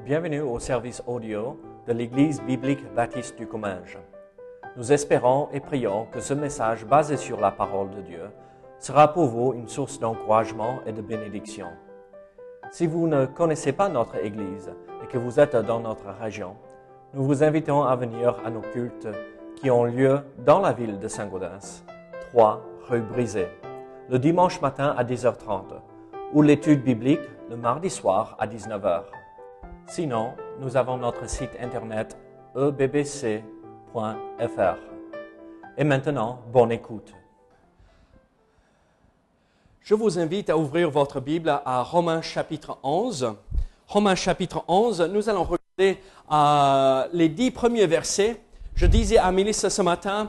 Bienvenue au service audio de l'Église biblique baptiste du Comminges. Nous espérons et prions que ce message basé sur la parole de Dieu sera pour vous une source d'encouragement et de bénédiction. Si vous ne connaissez pas notre Église et que vous êtes dans notre région, nous vous invitons à venir à nos cultes qui ont lieu dans la ville de Saint-Gaudens, 3 rue Brisée, le dimanche matin à 10h30 ou l'étude biblique le mardi soir à 19h. Sinon, nous avons notre site internet ebbc.fr. Et maintenant, bonne écoute. Je vous invite à ouvrir votre Bible à Romains chapitre 11. Romains chapitre 11, nous allons regarder les 10 premiers versets. Je disais à Mélissa ce matin,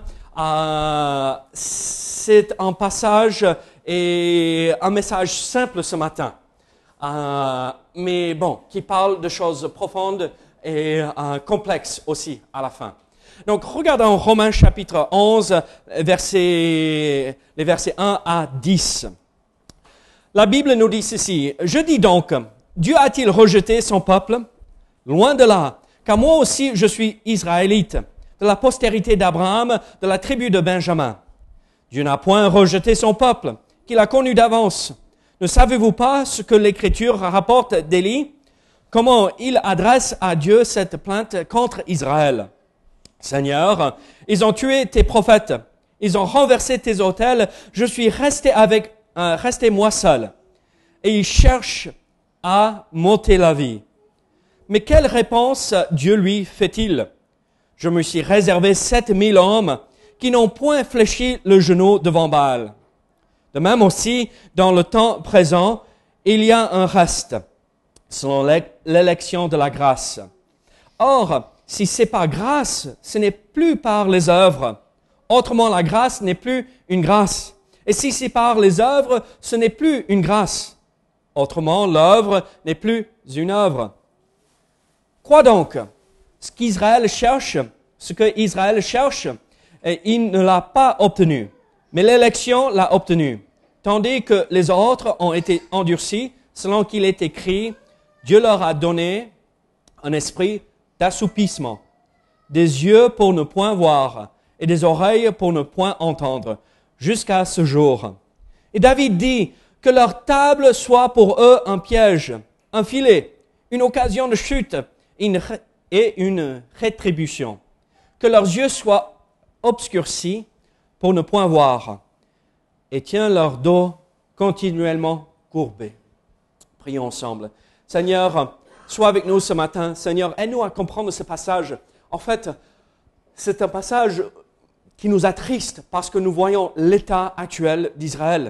c'est un passage et un message simple ce matin. Mais bon, qui parle de choses profondes et complexes aussi à la fin. Donc, regardons Romains chapitre 11, les versets 1 à 10. La Bible nous dit ceci, « Je dis donc, Dieu a-t-il rejeté son peuple? Loin de là, car moi aussi je suis israélite, de la postérité d'Abraham, de la tribu de Benjamin. Dieu n'a point rejeté son peuple, qu'il a connu d'avance. Ne savez-vous pas ce que l'Écriture rapporte d'Élie? Comment il adresse à Dieu cette plainte contre Israël? Seigneur, ils ont tué tes prophètes, ils ont renversé tes autels, je suis resté moi seul. Et ils cherchent à m'ôter la vie. Mais quelle réponse Dieu lui fait-il? Je me suis réservé 7000 hommes qui n'ont point fléchi le genou devant Baal. De même aussi, dans le temps présent, il y a un reste, selon l'élection de la grâce. Or, si c'est par grâce, ce n'est plus par les œuvres. Autrement, la grâce n'est plus une grâce. Et si c'est par les œuvres, ce n'est plus une grâce. Autrement, l'œuvre n'est plus une œuvre. Quoi donc? Ce que Israël cherche, il ne l'a pas obtenu. Mais l'élection l'a obtenu, tandis que les autres ont été endurcis, selon qu'il est écrit, Dieu leur a donné un esprit d'assoupissement, des yeux pour ne point voir et des oreilles pour ne point entendre, jusqu'à ce jour. Et David dit que leur table soit pour eux un piège, un filet, une occasion de chute et une rétribution, que leurs yeux soient obscurcis pour ne point voir, et tiens leur dos continuellement courbé. Prions ensemble. Seigneur, sois avec nous ce matin. Seigneur, aide-nous à comprendre ce passage. En fait, c'est un passage qui nous attriste parce que nous voyons l'état actuel d'Israël.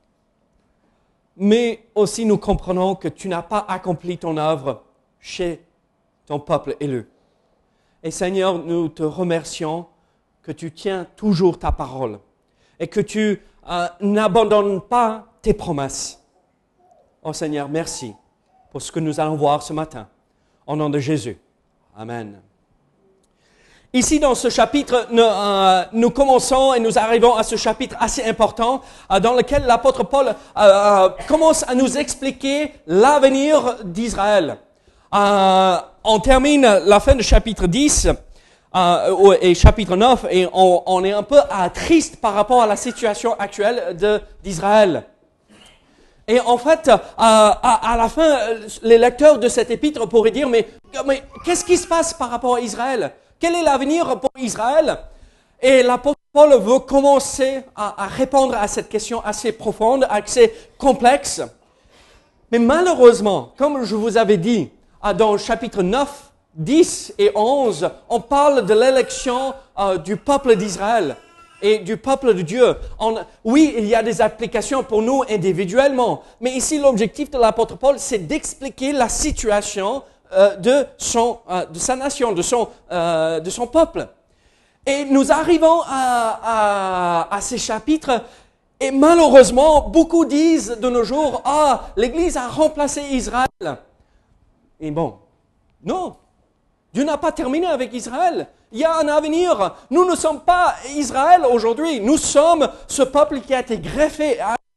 Mais aussi nous comprenons que tu n'as pas accompli ton œuvre chez ton peuple élu. Et Seigneur, nous te remercions que tu tiens toujours ta parole et que tu n'abandonnes pas tes promesses. Oh Seigneur, merci pour ce que nous allons voir ce matin. Au nom de Jésus. Amen. Ici, dans ce chapitre, nous commençons et nous arrivons à ce chapitre assez important dans lequel l'apôtre Paul commence à nous expliquer l'avenir d'Israël. On termine la fin du chapitre 10 et chapitre 9 et on est un peu triste par rapport à la situation actuelle d'Israël. Et en fait, à la fin, les lecteurs de cet épître pourraient dire, mais qu'est-ce qui se passe par rapport à Israël? Quel est l'avenir pour Israël? Et l'apôtre Paul veut commencer à répondre à cette question assez profonde, assez complexe. Mais malheureusement, comme je vous avais dit, dans le chapitre 9, 10 et 11, on parle de l'élection du peuple d'Israël et du peuple de Dieu. Oui, il y a des applications pour nous individuellement, mais ici l'objectif de l'apôtre Paul, c'est d'expliquer la situation de sa nation, de son peuple. Et nous arrivons à ces chapitres et malheureusement, beaucoup disent de nos jours, l'Église a remplacé Israël. Et bon, non. Dieu n'a pas terminé avec Israël. Il y a un avenir. Nous ne sommes pas Israël aujourd'hui. Nous sommes ce peuple qui a été greffé à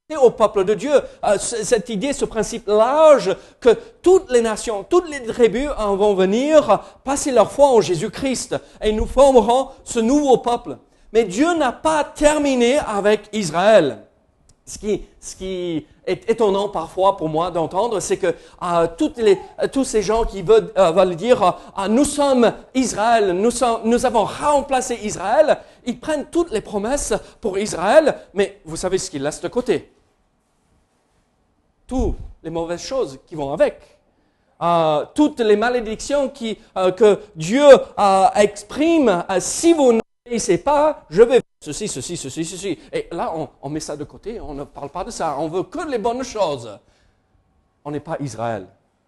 au peuple de Dieu. Cette idée, ce principe large que toutes les nations, toutes les tribus vont venir passer leur foi en Jésus-Christ et nous formerons ce nouveau peuple. Mais Dieu n'a pas terminé avec Israël. Ce qui est étonnant parfois pour moi d'entendre, c'est que tous ces gens qui veulent dire nous sommes Israël, nous avons remplacé Israël, ils prennent toutes les promesses pour Israël, mais vous savez ce qu'ils laissent de côté. Toutes les mauvaises choses qui vont avec. Toutes les malédictions que Dieu exprime. Si vous n'obéissez pas, je vais ceci. Et là, on met ça de côté, on ne parle pas de ça. On veut que les bonnes choses. On n'est pas Israël.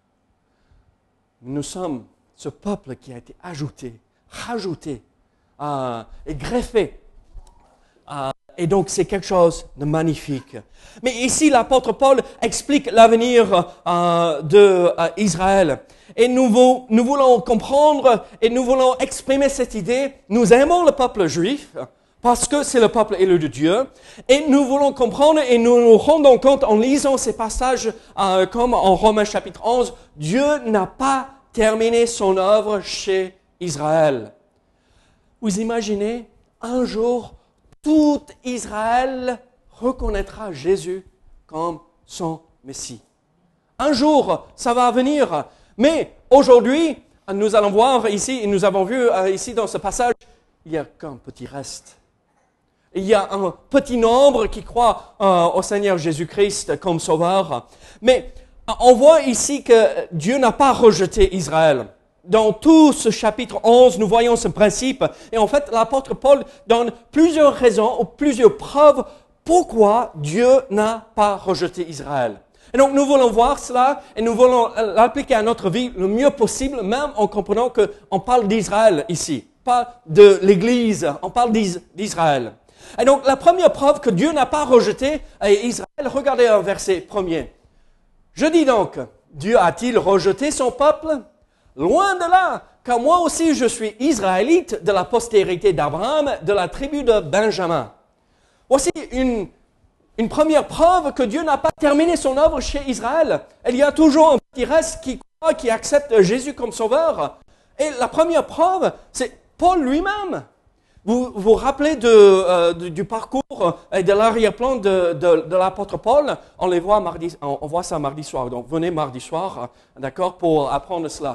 Nous sommes ce peuple qui a été rajouté et greffé. Et donc, c'est quelque chose de magnifique. Mais ici, l'apôtre Paul explique l'avenir d'Israël. Et nous voulons comprendre et nous voulons exprimer cette idée. Nous aimons le peuple juif parce que c'est le peuple élu de Dieu. Et nous voulons comprendre et nous nous rendons compte en lisant ces passages comme en Romains chapitre 11, Dieu n'a pas terminé son œuvre chez Israël. Vous imaginez, un jour, tout Israël reconnaîtra Jésus comme son Messie. Un jour, ça va venir. Mais aujourd'hui, nous allons voir ici, et nous avons vu ici dans ce passage, il n'y a qu'un petit reste. Il y a un petit nombre qui croit au Seigneur Jésus-Christ comme sauveur. Mais on voit ici que Dieu n'a pas rejeté Israël. Dans tout ce chapitre 11, nous voyons ce principe. Et en fait, l'apôtre Paul donne plusieurs raisons ou plusieurs preuves pourquoi Dieu n'a pas rejeté Israël. Et donc, nous voulons voir cela et nous voulons l'appliquer à notre vie le mieux possible, même en comprenant qu'on parle d'Israël ici, pas de l'Église, on parle d'Israël. Et donc, la première preuve que Dieu n'a pas rejeté Israël, regardez un verset premier. Je dis donc, Dieu a-t-il rejeté son peuple? Loin de là, car moi aussi je suis israélite de la postérité d'Abraham, de la tribu de Benjamin. Voici une première preuve que Dieu n'a pas terminé son œuvre chez Israël. Il y a toujours un petit reste qui croit, qui accepte Jésus comme sauveur. Et la première preuve, c'est Paul lui-même. Vous vous rappelez du parcours et de l'arrière-plan de l'apôtre Paul? On les voit on voit ça mardi soir. Donc venez mardi soir, d'accord, pour apprendre cela.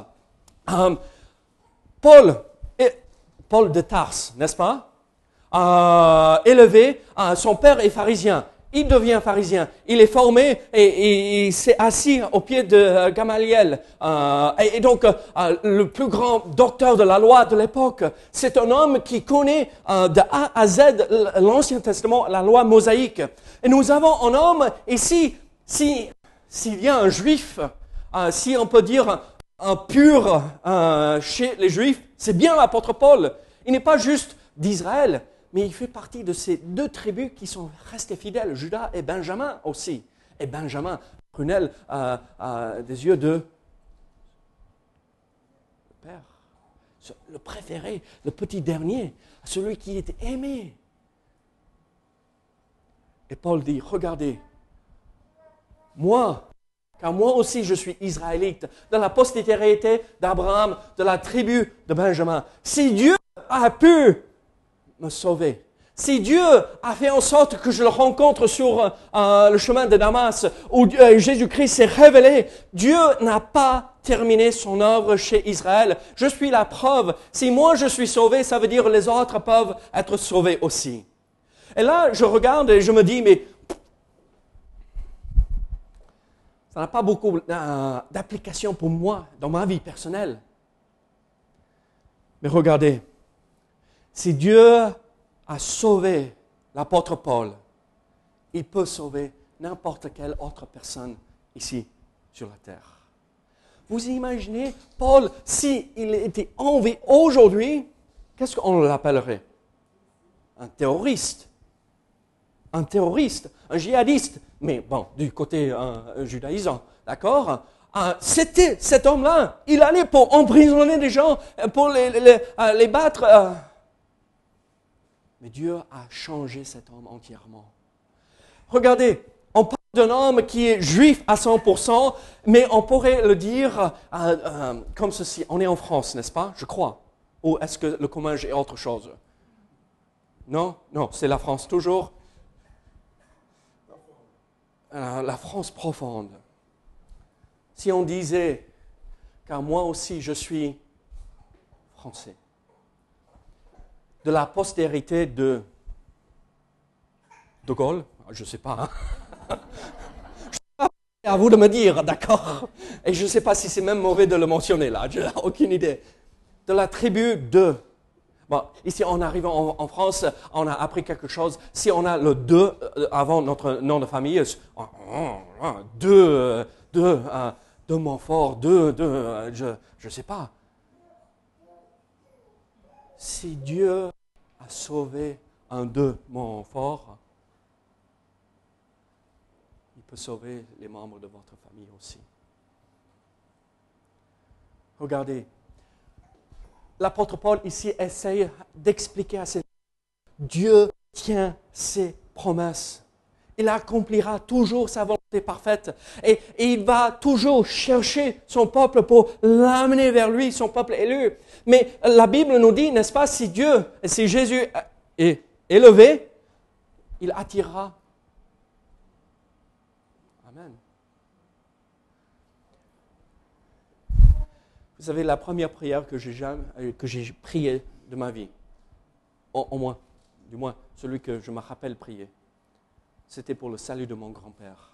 Paul de Tarse, n'est-ce pas? Élevé, son père est pharisien. Il devient pharisien. Il est formé et il s'est assis au pied de Gamaliel. Et donc, le plus grand docteur de la loi de l'époque, c'est un homme qui connaît de A à Z l'Ancien Testament, la loi mosaïque. Et nous avons un homme ici, s'il y a un juif, si on peut dire un pur chez les juifs, c'est bien l'apôtre Paul. Il n'est pas juste d'Israël, mais il fait partie de ces deux tribus qui sont restées fidèles, Judas et Benjamin aussi. Et Benjamin, prunelle des yeux de Père, le préféré, le petit dernier, celui qui était aimé. Et Paul dit, regardez, car moi aussi je suis israélite, de la postérité d'Abraham, de la tribu de Benjamin. Si Dieu a pu me sauver, si Dieu a fait en sorte que je le rencontre sur le chemin de Damas, où Jésus-Christ s'est révélé, Dieu n'a pas terminé son œuvre chez Israël. Je suis la preuve. Si moi je suis sauvé, ça veut dire que les autres peuvent être sauvés aussi. Et là, je regarde et je me dis, mais ça n'a pas beaucoup d'application pour moi dans ma vie personnelle. Mais regardez, si Dieu a sauvé l'apôtre Paul, il peut sauver n'importe quelle autre personne ici sur la terre. Vous imaginez, Paul, s'il était en vie aujourd'hui, qu'est-ce qu'on l'appellerait? Un terroriste. Un terroriste, un djihadiste, mais bon, du côté judaïsant, d'accord? C'était cet homme-là, il allait pour emprisonner des gens, pour les battre. Mais Dieu a changé cet homme entièrement. Regardez, on d'un homme qui est juif à 100%, mais on pourrait le dire comme ceci. On est en France, n'est-ce pas? Je crois. Ou est-ce que le Comminges est autre chose? Non, c'est la France toujours. La France profonde. Si on disait, car moi aussi je suis français, de la postérité de Gaulle, je ne sais pas. Hein? C'est à vous de me dire, d'accord? Et je ne sais pas si c'est même mauvais de le mentionner là, je n'ai aucune idée. De la tribu de. Bon, ici, en arrivant en France, on a appris quelque chose. Si on a le de avant notre nom de famille, de Montfort, je ne sais pas. Si Dieu a sauvé un de Montfort, il peut sauver les membres de votre famille aussi. Regardez. L'apôtre Paul ici essaye d'expliquer à ses Dieu tient ses promesses. Il accomplira toujours sa volonté parfaite et il va toujours chercher son peuple pour l'amener vers lui, son peuple élu. Mais la Bible nous dit, n'est-ce pas, si Jésus est élevé, il attirera. Amen. Vous savez, la première prière que j'ai priée de ma vie, au moins, du moins celui que je me rappelle prier, c'était pour le salut de mon grand-père.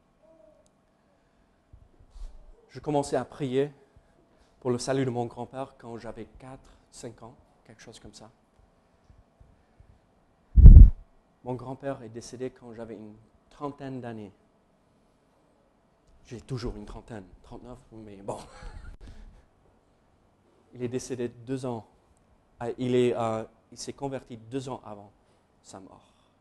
Je commençais à prier pour le salut de mon grand-père quand j'avais 4, 5 ans, quelque chose comme ça. Mon grand-père est décédé quand j'avais une trentaine d'années. J'ai toujours une trentaine, 39, mais bon. Il est décédé 2 ans. Il s'est converti 2 ans avant sa mort.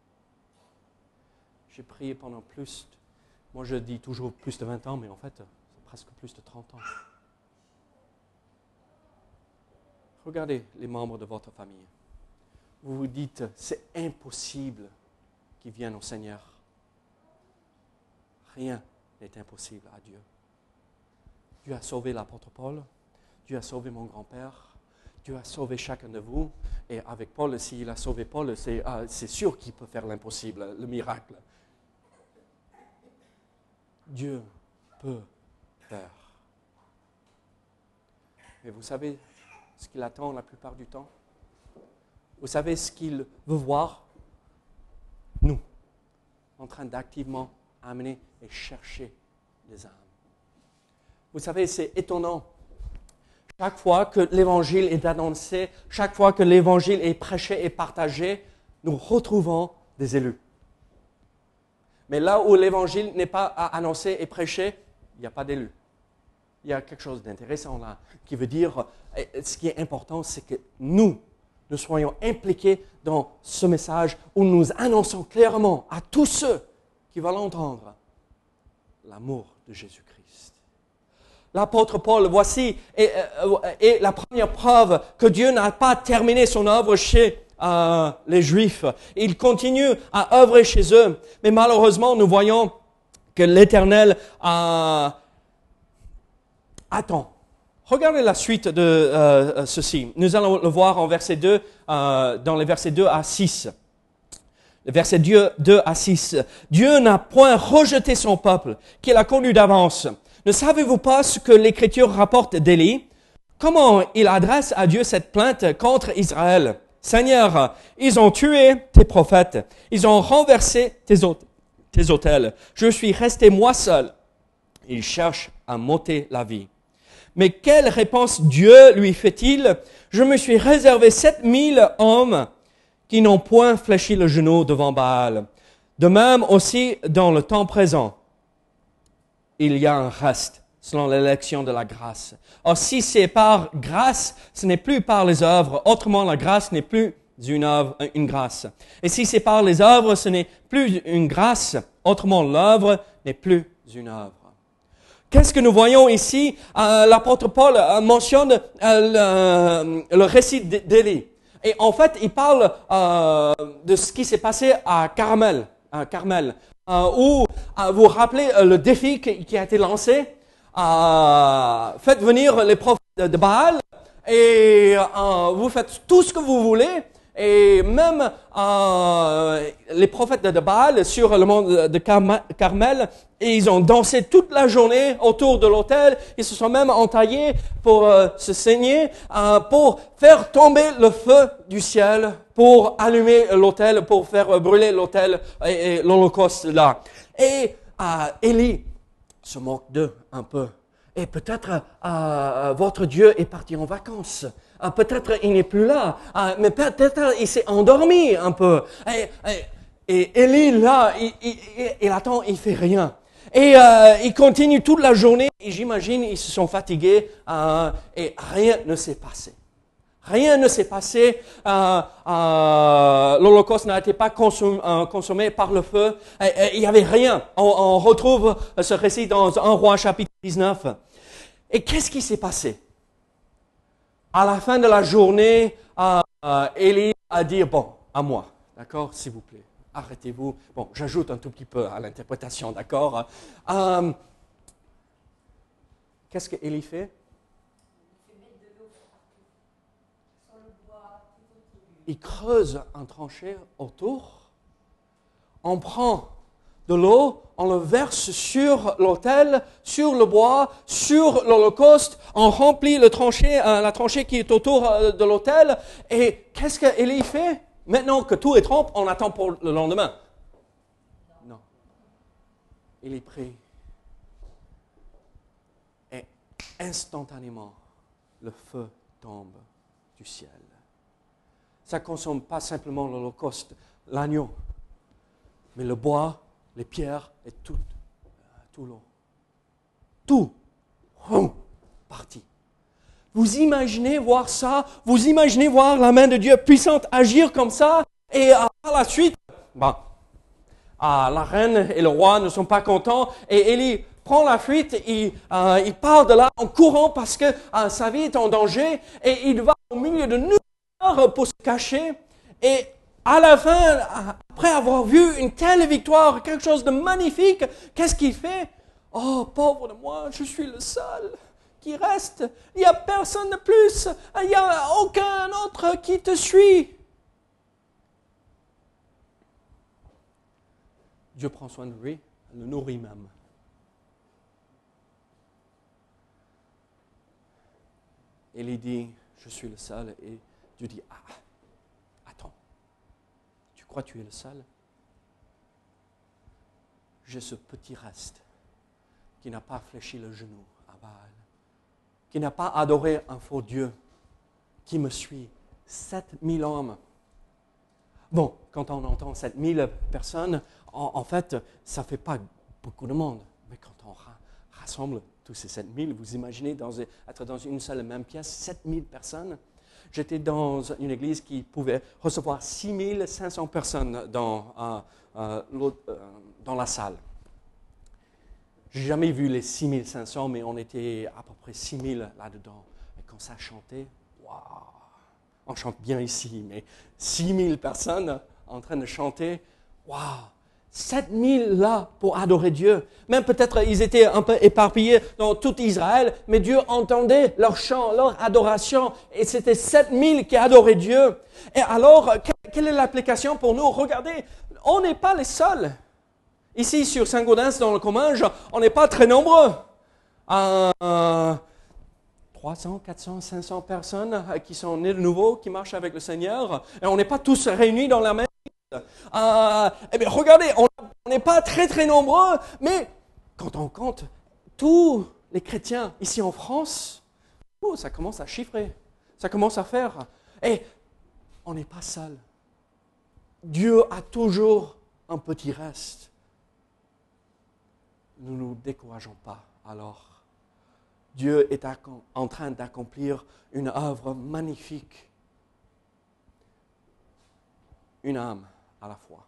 J'ai prié pendant moi je dis toujours plus de 20 ans, mais en fait, c'est presque plus de 30 ans. Regardez les membres de votre famille. Vous vous dites, c'est impossible qu'ils viennent au Seigneur. Rien n'est impossible à Dieu. Dieu a sauvé l'apôtre Paul. Dieu a sauvé mon grand-père, Dieu a sauvé chacun de vous, et avec Paul, s'il a sauvé Paul, c'est sûr qu'il peut faire l'impossible, le miracle. Dieu peut faire. Mais vous savez ce qu'il attend la plupart du temps? Vous savez ce qu'il veut voir? Nous, en train d'activement amener et chercher les âmes. Vous savez, c'est étonnant. Chaque fois que l'Évangile est annoncé, chaque fois que l'Évangile est prêché et partagé, nous retrouvons des élus. Mais là où l'Évangile n'est pas annoncé et prêché, il n'y a pas d'élus. Il y a quelque chose d'intéressant là, qui veut dire, ce qui est important, c'est que nous soyons impliqués dans ce message où nous annonçons clairement à tous ceux qui vont l'entendre l'amour de Jésus-Christ. L'apôtre Paul, voici, est la première preuve que Dieu n'a pas terminé son œuvre chez les Juifs. Il continue à œuvrer chez eux. Mais malheureusement, nous voyons que l'Éternel attend. Regardez la suite de ceci. Nous allons le voir en verset 2, dans les versets 2 à 6. Le verset 2 à 6. Dieu n'a point rejeté son peuple, qu'il a connu d'avance. Ne savez-vous pas ce que l'Écriture rapporte d'Élie? Comment il adresse à Dieu cette plainte contre Israël? Seigneur, ils ont tué tes prophètes, ils ont renversé tes autels. Je suis resté moi seul. Ils cherchent à m'ôter la vie. Mais quelle réponse Dieu lui fait-il? Je me suis réservé 7000 hommes qui n'ont point fléchi le genou devant Baal. De même aussi dans le temps présent. Il y a un reste, selon l'élection de la grâce. Or, si c'est par grâce, ce n'est plus par les œuvres. Autrement, la grâce n'est plus une grâce. Et si c'est par les œuvres, ce n'est plus une grâce. Autrement, l'œuvre n'est plus une œuvre. Qu'est-ce que nous voyons ici? L'apôtre Paul mentionne le récit d'Élie. Et en fait, il parle de ce qui s'est passé à Carmel. où vous rappelez le défi qui a été lancé. Faites venir les prophètes de Baal et vous faites tout ce que vous voulez. Et même les prophètes de Baal sur le mont de Carmel, et ils ont dansé toute la journée autour de l'autel. Ils se sont même entaillés pour se saigner, pour faire tomber le feu du ciel, pour allumer l'autel, pour faire brûler l'autel et l'holocauste là. Et Élie se moque d'eux un peu. Et peut-être votre Dieu est parti en vacances. Peut-être il n'est plus là, mais peut-être il s'est endormi un peu. Et Élie, là, il attend, il fait rien. Et il continue toute la journée, et j'imagine ils se sont fatigués, et rien ne s'est passé. Rien ne s'est passé, l'Holocauste n'a été pas consommé par le feu, il n'y avait rien. On retrouve ce récit dans 1 Roi chapitre 19. Et qu'est-ce qui s'est passé? À la fin de la journée, Élie a dit, bon, à moi, d'accord, s'il vous plaît, arrêtez-vous. Bon, j'ajoute un tout petit peu à l'interprétation, d'accord. Qu'est-ce que Élie fait? Il creuse un tranchée autour, on prend de l'eau, on le verse sur l'autel, sur le bois, sur l'Holocauste, on remplit la tranchée qui est autour de l'autel, et qu'est-ce qu'Élie fait? Maintenant que tout est trempé, on attend pour le lendemain. Non. Il est pris. Et instantanément, le feu tombe du ciel. Ça ne consomme pas simplement l'Holocauste, l'agneau, mais le bois, les pierres et tout l'eau. Tout, parti. Vous imaginez voir ça? Vous imaginez voir la main de Dieu puissante agir comme ça? Et par la suite, la reine et le roi ne sont pas contents et Élie prend la fuite, il part de là en courant parce que sa vie est en danger et il va au milieu de nulle part pour se cacher. Et à la fin, après avoir vu une telle victoire, quelque chose de magnifique, qu'est-ce qu'il fait? Oh, pauvre de moi, je suis le seul qui reste. Il n'y a personne de plus. Il n'y a aucun autre qui te suit. Dieu prend soin de lui, le nourrit même. Et il dit, je suis le seul. Et Dieu dit, attends. Tu crois que tu es le seul? J'ai ce petit reste qui n'a pas fléchi le genou à Baal, qui n'a pas adoré un faux Dieu, qui me suit. 7000 hommes. Bon, quand on entend 7000 personnes, en fait, ça ne fait pas beaucoup de monde. Mais quand on rassemble tous ces 7000, vous imaginez être dans une seule et même pièce, 7000 personnes. J'étais dans une église qui pouvait recevoir 6500 personnes dans la salle. Je n'ai jamais vu les 6500, mais on était à peu près 6000 là-dedans. Et quand ça chantait, waouh! On chante bien ici, mais 6000 personnes en train de chanter, waouh! 7000 là pour adorer Dieu. Même peut-être ils étaient un peu éparpillés dans tout Israël, mais Dieu entendait leur chant, leur adoration, et c'était 7000 qui adoraient Dieu. Et alors, quelle est l'application pour nous? Regardez, on n'est pas les seuls. Ici, sur Saint-Gaudens, dans le Comminges, on n'est pas très nombreux. 300, 400, 500 personnes qui sont nées de nouveau, qui marchent avec le Seigneur, et on n'est pas tous réunis dans la même. Eh bien, regardez, on n'est pas très très nombreux, mais quand on compte tous les chrétiens ici en France, ça commence à chiffrer, ça commence à faire. Et on n'est pas seul. Dieu a toujours un petit reste. Ne nous décourageons pas alors. Dieu est en train d'accomplir une œuvre magnifique. Une âme à la fois.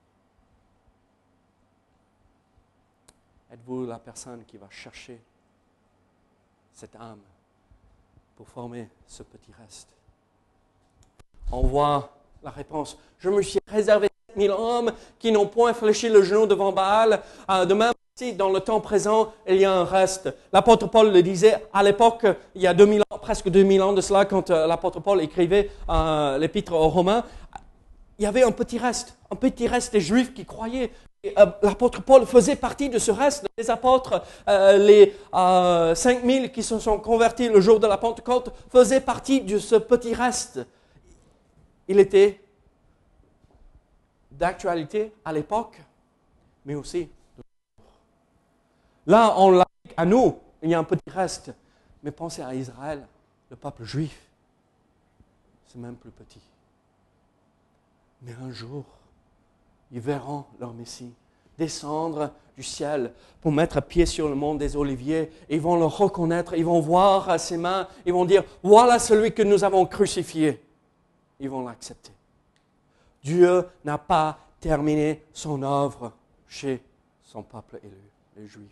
Êtes-vous la personne qui va chercher cette âme pour former ce petit reste? On voit la réponse. Je me suis réservé 5000 hommes qui n'ont point fléchi le genou devant Baal. De même, si dans le temps présent, il y a un reste. L'apôtre Paul le disait à l'époque, il y a 2000 ans, presque 2000 ans de cela, quand l'apôtre Paul écrivait l'épître aux Romains, il y avait un petit reste des Juifs qui croyaient. L'apôtre Paul faisait partie de ce reste. Les apôtres, les 5000 qui se sont convertis le jour de la Pentecôte, faisaient partie de ce petit reste. Il était d'actualité à l'époque, mais aussi là, on l'applique à nous, il y a un petit reste. Mais pensez à Israël, le peuple juif, c'est même plus petit. Mais un jour, ils verront leur Messie descendre du ciel pour mettre pied sur le mont des Oliviers. Ils vont le reconnaître, ils vont voir ses mains, ils vont dire, voilà celui que nous avons crucifié. Ils vont l'accepter. Dieu n'a pas terminé son œuvre chez son peuple élu, les Juifs.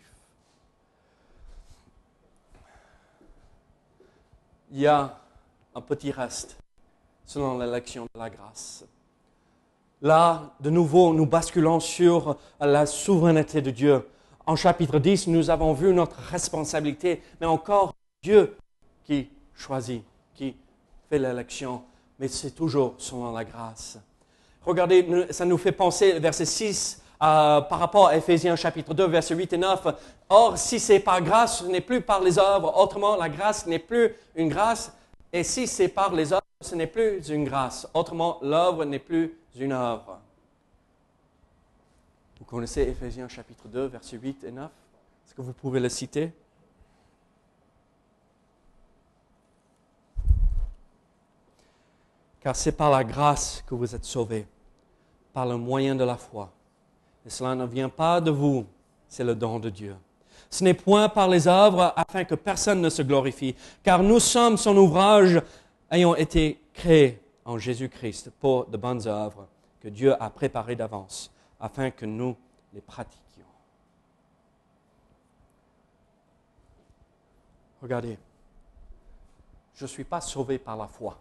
Il y a un petit reste selon l'élection de la grâce. Là, de nouveau, nous basculons sur la souveraineté de Dieu. En chapitre 10, nous avons vu notre responsabilité, mais encore Dieu qui choisit, qui fait l'élection, mais c'est toujours selon la grâce. Regardez, ça nous fait penser, verset 6, par rapport à Éphésiens chapitre 2, versets 8 et 9. Or, si c'est par grâce, ce n'est plus par les œuvres. Autrement, la grâce n'est plus une grâce. Et si c'est par les œuvres, ce n'est plus une grâce. Autrement, l'œuvre n'est plus une œuvre. Vous connaissez Éphésiens chapitre 2, versets 8 et 9? Est-ce que vous pouvez le citer? Car c'est par la grâce que vous êtes sauvés, par le moyen de la foi. Et cela ne vient pas de vous, c'est le don de Dieu. Ce n'est point par les œuvres afin que personne ne se glorifie, car nous sommes son ouvrage ayant été créés en Jésus-Christ pour de bonnes œuvres que Dieu a préparées d'avance afin que nous les pratiquions. Regardez, je ne suis pas sauvé par la foi.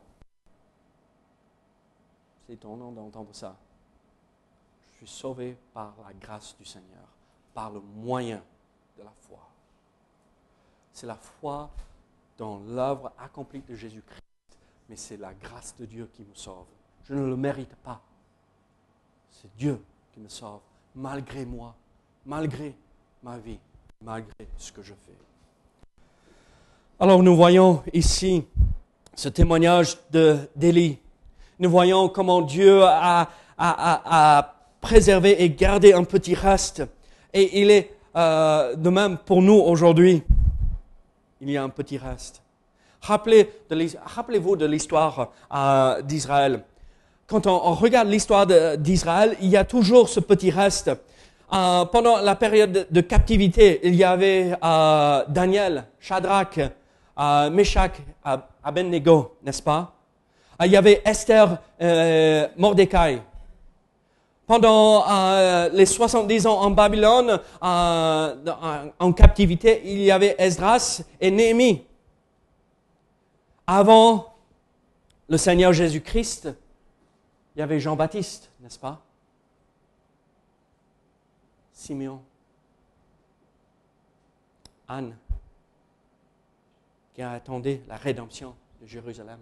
C'est étonnant d'entendre ça. Je suis sauvé par la grâce du Seigneur, par le moyen de la foi. C'est la foi dans l'œuvre accomplie de Jésus-Christ, mais c'est la grâce de Dieu qui me sauve. Je ne le mérite pas. C'est Dieu qui me sauve, malgré moi, malgré ma vie, malgré ce que je fais. Alors nous voyons ici ce témoignage d'Élie. Nous voyons comment Dieu a préservé et gardé un petit reste. Et il est de même pour nous aujourd'hui. Il y a un petit reste. Rappelez-vous de l'histoire d'Israël. Quand on regarde l'histoire d'Israël, il y a toujours ce petit reste. Pendant la période de captivité, il y avait Daniel, Shadrach, Meshach, Abednego, n'est-ce pas? Il y avait Esther, Mordecai. Pendant les 70 ans en Babylone, en captivité, il y avait Esdras et Néhémie. Avant le Seigneur Jésus-Christ, il y avait Jean-Baptiste, n'est-ce pas? Simeon, Anne, qui attendait la rédemption de Jérusalem.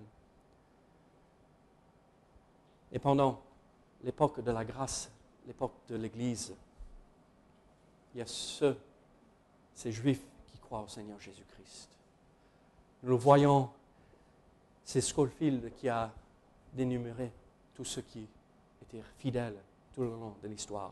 Et pendant l'époque de la grâce, l'époque de l'Église, il y a ces Juifs qui croient au Seigneur Jésus-Christ. Nous le voyons, c'est Scofield qui a dénuméré tous ceux qui étaient fidèles tout le long de l'histoire.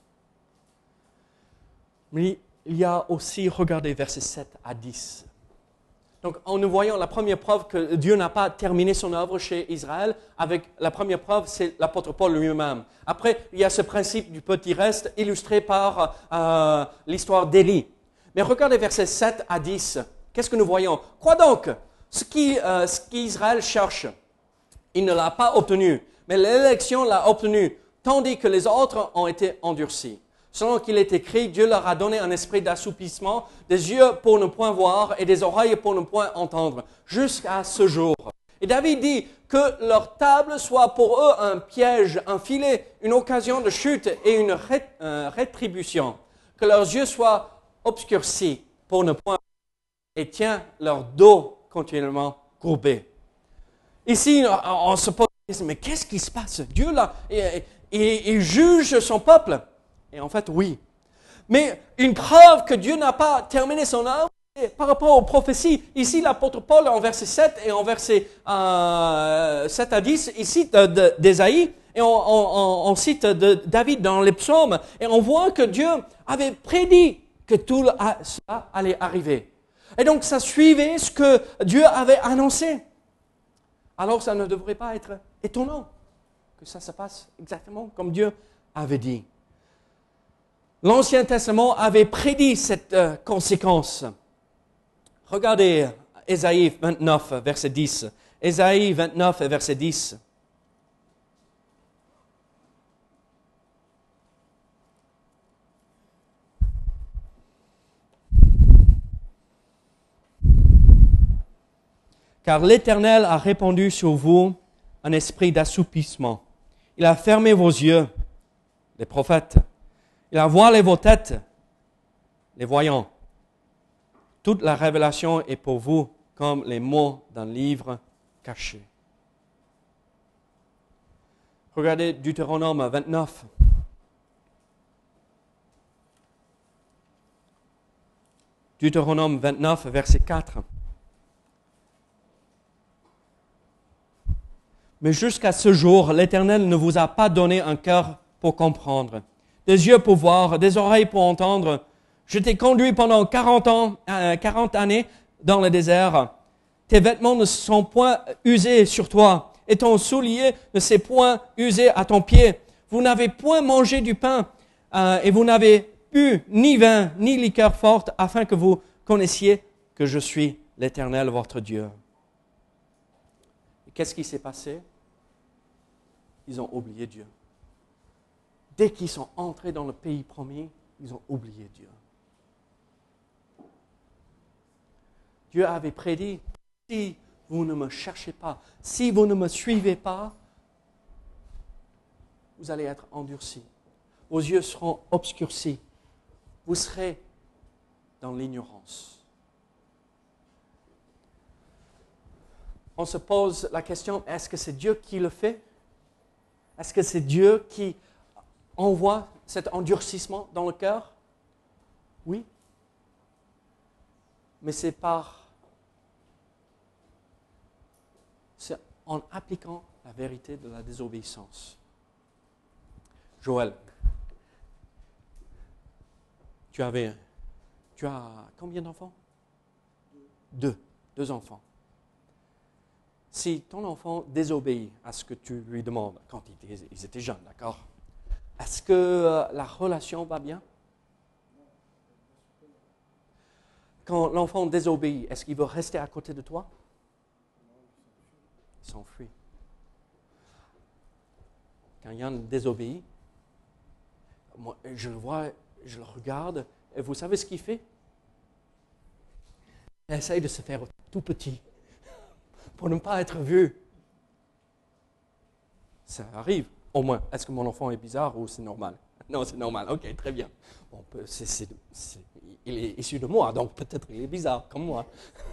Mais il y a aussi, regardez, versets 7 à 10. Donc, en nous voyant la première preuve que Dieu n'a pas terminé son œuvre chez Israël, avec la première preuve, c'est l'apôtre Paul lui-même. Après, il y a ce principe du petit reste illustré par l'histoire d'Élie. Mais regardez versets 7 à 10. Qu'est-ce que nous voyons? Quoi donc? Ce qu'Israël cherche, il ne l'a pas obtenu, mais l'élection l'a obtenu, tandis que les autres ont été endurcis. Selon qu'il est écrit, Dieu leur a donné un esprit d'assoupissement, des yeux pour ne point voir et des oreilles pour ne point entendre, jusqu'à ce jour. Et David dit que leur table soit pour eux un piège, un filet, une occasion de chute et une rétribution. Que leurs yeux soient obscurcis pour ne point et tient leur dos continuellement courbé. Ici, on se pose la question, mais qu'est-ce qui se passe? Dieu, là, il juge son peuple. Et en fait, oui. Mais une preuve que Dieu n'a pas terminé son œuvre, par rapport aux prophéties, ici l'apôtre Paul en verset 7 et en verset 7 à 10, il cite d'Ésaïe et on cite de David dans les psaumes et on voit que Dieu avait prédit que tout cela allait arriver. Et donc ça suivait ce que Dieu avait annoncé. Alors ça ne devrait pas être étonnant que ça se passe exactement comme Dieu avait dit. L'Ancien Testament avait prédit cette conséquence. Regardez Ésaïe 29, verset 10. Ésaïe 29, verset 10. Car l'Éternel a répandu sur vous un esprit d'assoupissement. Il a fermé vos yeux, les prophètes. Il a voilé vos têtes, les voyants. Toute la révélation est pour vous comme les mots d'un livre caché. Regardez Deutéronome 29. Deutéronome 29, verset 4. Mais jusqu'à ce jour, l'Éternel ne vous a pas donné un cœur pour comprendre, des yeux pour voir, des oreilles pour entendre. Je t'ai conduit pendant 40 années dans le désert. Tes vêtements ne sont point usés sur toi, et ton soulier ne s'est point usé à ton pied. Vous n'avez point mangé du pain, et vous n'avez bu ni vin, ni liqueur forte, afin que vous connaissiez que je suis l'Éternel, votre Dieu. Et qu'est-ce qui s'est passé? Ils ont oublié Dieu. Dès qu'ils sont entrés dans le pays promis, ils ont oublié Dieu. Dieu avait prédit, si vous ne me cherchez pas, si vous ne me suivez pas, vous allez être endurcis. Vos yeux seront obscurcis. Vous serez dans l'ignorance. On se pose la question, est-ce que c'est Dieu qui le fait? Est-ce que c'est Dieu qui envoie cet endurcissement dans le cœur? Oui. Mais c'est en appliquant la vérité de la désobéissance. Joël, tu as combien d'enfants? Deux enfants. Si ton enfant désobéit à ce que tu lui demandes, quand ils étaient jeunes, d'accord? Est-ce que la relation va bien? Quand l'enfant désobéit, est-ce qu'il veut rester à côté de toi? Il s'enfuit. Quand Yann désobéit, moi, je le vois, je le regarde, et vous savez ce qu'il fait? Il essaye de se faire tout petit pour ne pas être vu. Ça arrive, au moins. Est-ce que mon enfant est bizarre ou c'est normal? Non, c'est normal. Ok, très bien. Bon, il est issu de moi, donc peut-être il est bizarre, comme moi.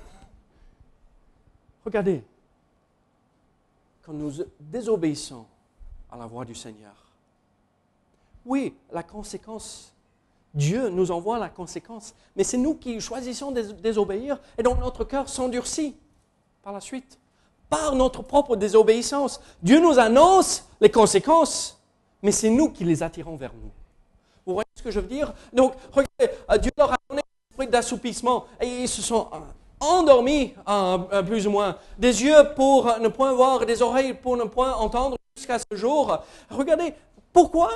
Regardez, quand nous désobéissons à la voix du Seigneur, oui, la conséquence, Dieu nous envoie la conséquence, mais c'est nous qui choisissons de désobéir, et donc notre cœur s'endurcit par la suite, par notre propre désobéissance. Dieu nous annonce les conséquences, mais c'est nous qui les attirons vers nous. Vous voyez ce que je veux dire? Donc, regardez, Dieu leur a donné un esprit d'assoupissement et ils se sont endormis, plus ou moins. Des yeux pour ne point voir, des oreilles pour ne point entendre jusqu'à ce jour. Regardez, pourquoi?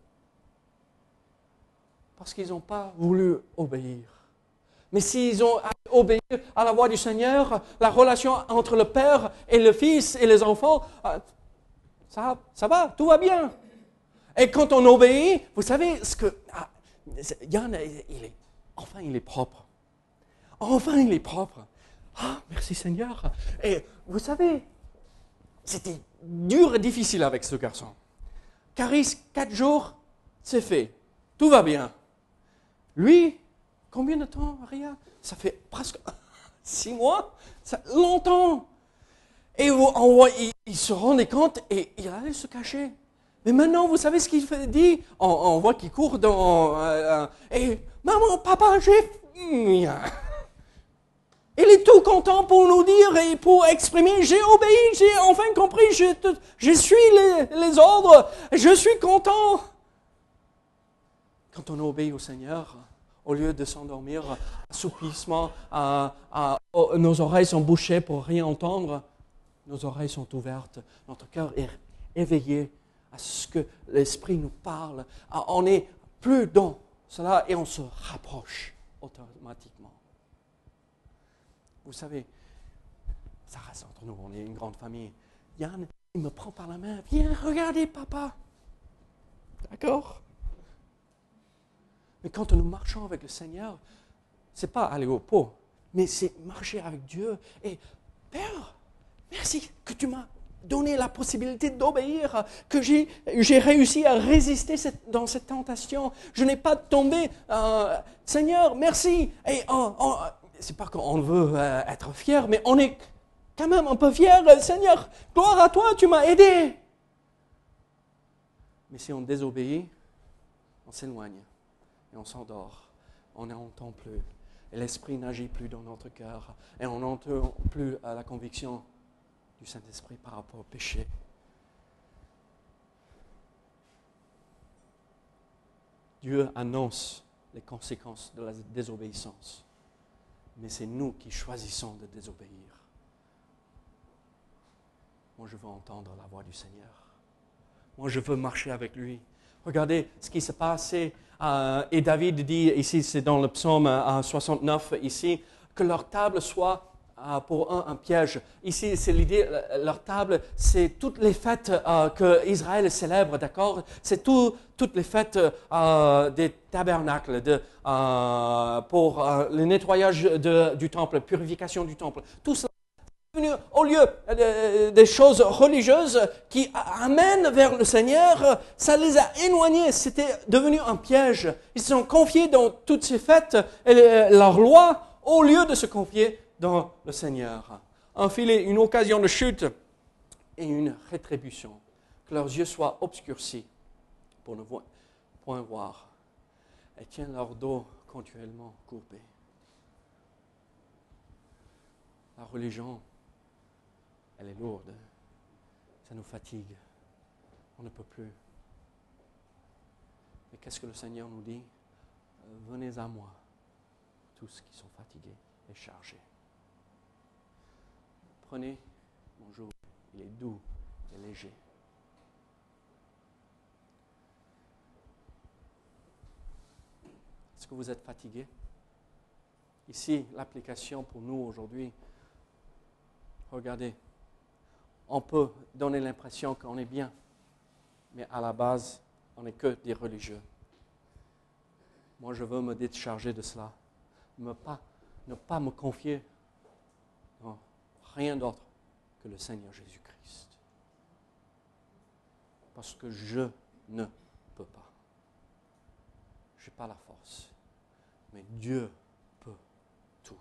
Parce qu'ils n'ont pas voulu obéir. Mais s'ils ont obéi à la voix du Seigneur, la relation entre le Père et le Fils et les enfants, ça va, tout va bien. Et quand on obéit, vous savez ce que... Yann, il est propre. Enfin, il est propre. Ah, merci Seigneur. Et vous savez, c'était dur et difficile avec ce garçon. Caris, 4 jours, c'est fait. Tout va bien. Lui, combien de temps, Maria? Ça fait presque 6 mois. Longtemps. Et il se rendait compte et il allait se cacher. Mais maintenant, vous savez ce qu'il dit? On voit qu'il court et maman, papa, j'ai... Il est tout content pour nous dire et pour exprimer, j'ai obéi, j'ai enfin compris, je suis les ordres, je suis content. Quand on obéit au Seigneur, au lieu de s'endormir, assoupissement, nos oreilles sont bouchées pour rien entendre, nos oreilles sont ouvertes, notre cœur est éveillé à ce que l'Esprit nous parle. On n'est plus dans cela et on se rapproche automatiquement. Vous savez, ça reste entre nous, on est une grande famille. Yann, il me prend par la main, viens, regardez papa. D'accord? Mais quand nous marchons avec le Seigneur, ce n'est pas aller au pot, mais c'est marcher avec Dieu. Et Père, merci que tu m'as donné la possibilité d'obéir, que j'ai réussi à résister dans cette tentation. Je n'ai pas tombé. Seigneur, merci. Et c'est pas qu'on veut être fier, mais on est quand même un peu fier. Seigneur, gloire à toi, tu m'as aidé. Mais si on désobéit, on s'éloigne et on s'endort. On n'entend plus. Et l'Esprit n'agit plus dans notre cœur. Et on n'entend plus à la conviction du Saint-Esprit par rapport au péché. Dieu annonce les conséquences de la désobéissance. Mais c'est nous qui choisissons de désobéir. Moi, je veux entendre la voix du Seigneur. Moi, je veux marcher avec lui. Regardez ce qui s'est passé. Et David dit, ici, c'est dans le psaume 69, ici, que leur table soit pour un piège. Ici, c'est l'idée, leur table, c'est toutes les fêtes que Israël célèbre, d'accord? C'est toutes les fêtes des tabernacles, pour le nettoyage du temple, la purification du temple. Tout cela est devenu, au lieu des choses religieuses qui amènent vers le Seigneur, ça les a éloignés. C'était devenu un piège. Ils se sont confiés dans toutes ces fêtes et leurs lois, au lieu de se confier dans le Seigneur. Un filet, une occasion de chute et une rétribution. Que leurs yeux soient obscurcis pour ne point voir. Et tiennent leur dos continuellement courbé. La religion, elle est lourde. Ça nous fatigue. On ne peut plus. Mais qu'est-ce que le Seigneur nous dit? Venez à moi, tous qui sont fatigués et chargés. Prenez mon joug, il est doux et léger. Est-ce que vous êtes fatigué? Ici, l'application pour nous aujourd'hui, regardez, on peut donner l'impression qu'on est bien, mais à la base, on n'est que des religieux. Moi, je veux me décharger de cela, ne pas me confier dans rien d'autre que le Seigneur Jésus-Christ. Parce que je ne peux pas. Je n'ai pas la force. Mais Dieu peut tout.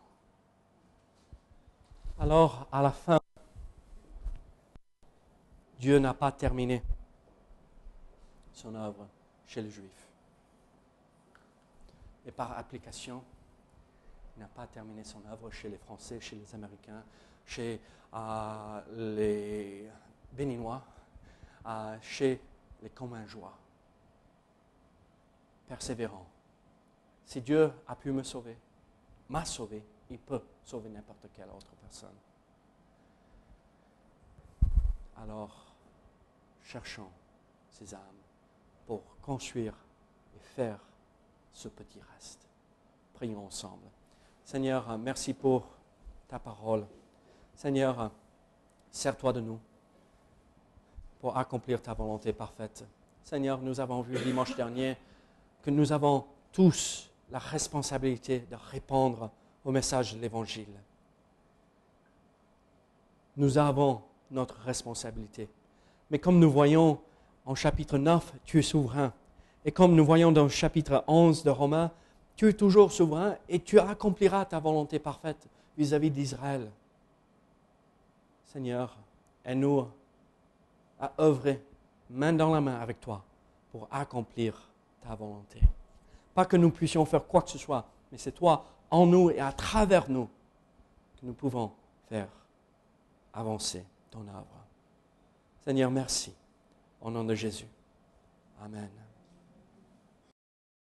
Alors, à la fin, Dieu n'a pas terminé son œuvre chez les Juifs. Et par application, il n'a pas terminé son œuvre chez les Français, chez les Américains, chez les Béninois, chez les Commingeois. Persévérant. Si Dieu a pu me sauver, m'a sauvé, il peut sauver n'importe quelle autre personne. Alors, cherchons ces âmes pour construire et faire ce petit reste. Prions ensemble. Seigneur, merci pour ta parole. Seigneur, sers-toi de nous pour accomplir ta volonté parfaite. Seigneur, nous avons vu dimanche dernier que nous avons tous la responsabilité de répondre au message de l'Évangile. Nous avons notre responsabilité. Mais comme nous voyons en chapitre 9, tu es souverain. Et comme nous voyons dans le chapitre 11 de Romains, tu es toujours souverain et tu accompliras ta volonté parfaite vis-à-vis d'Israël. Seigneur, aide-nous à œuvrer main dans la main avec toi pour accomplir ta volonté. Pas que nous puissions faire quoi que ce soit, mais c'est toi en nous et à travers nous que nous pouvons faire avancer ton œuvre. Seigneur, merci. Au nom de Jésus. Amen.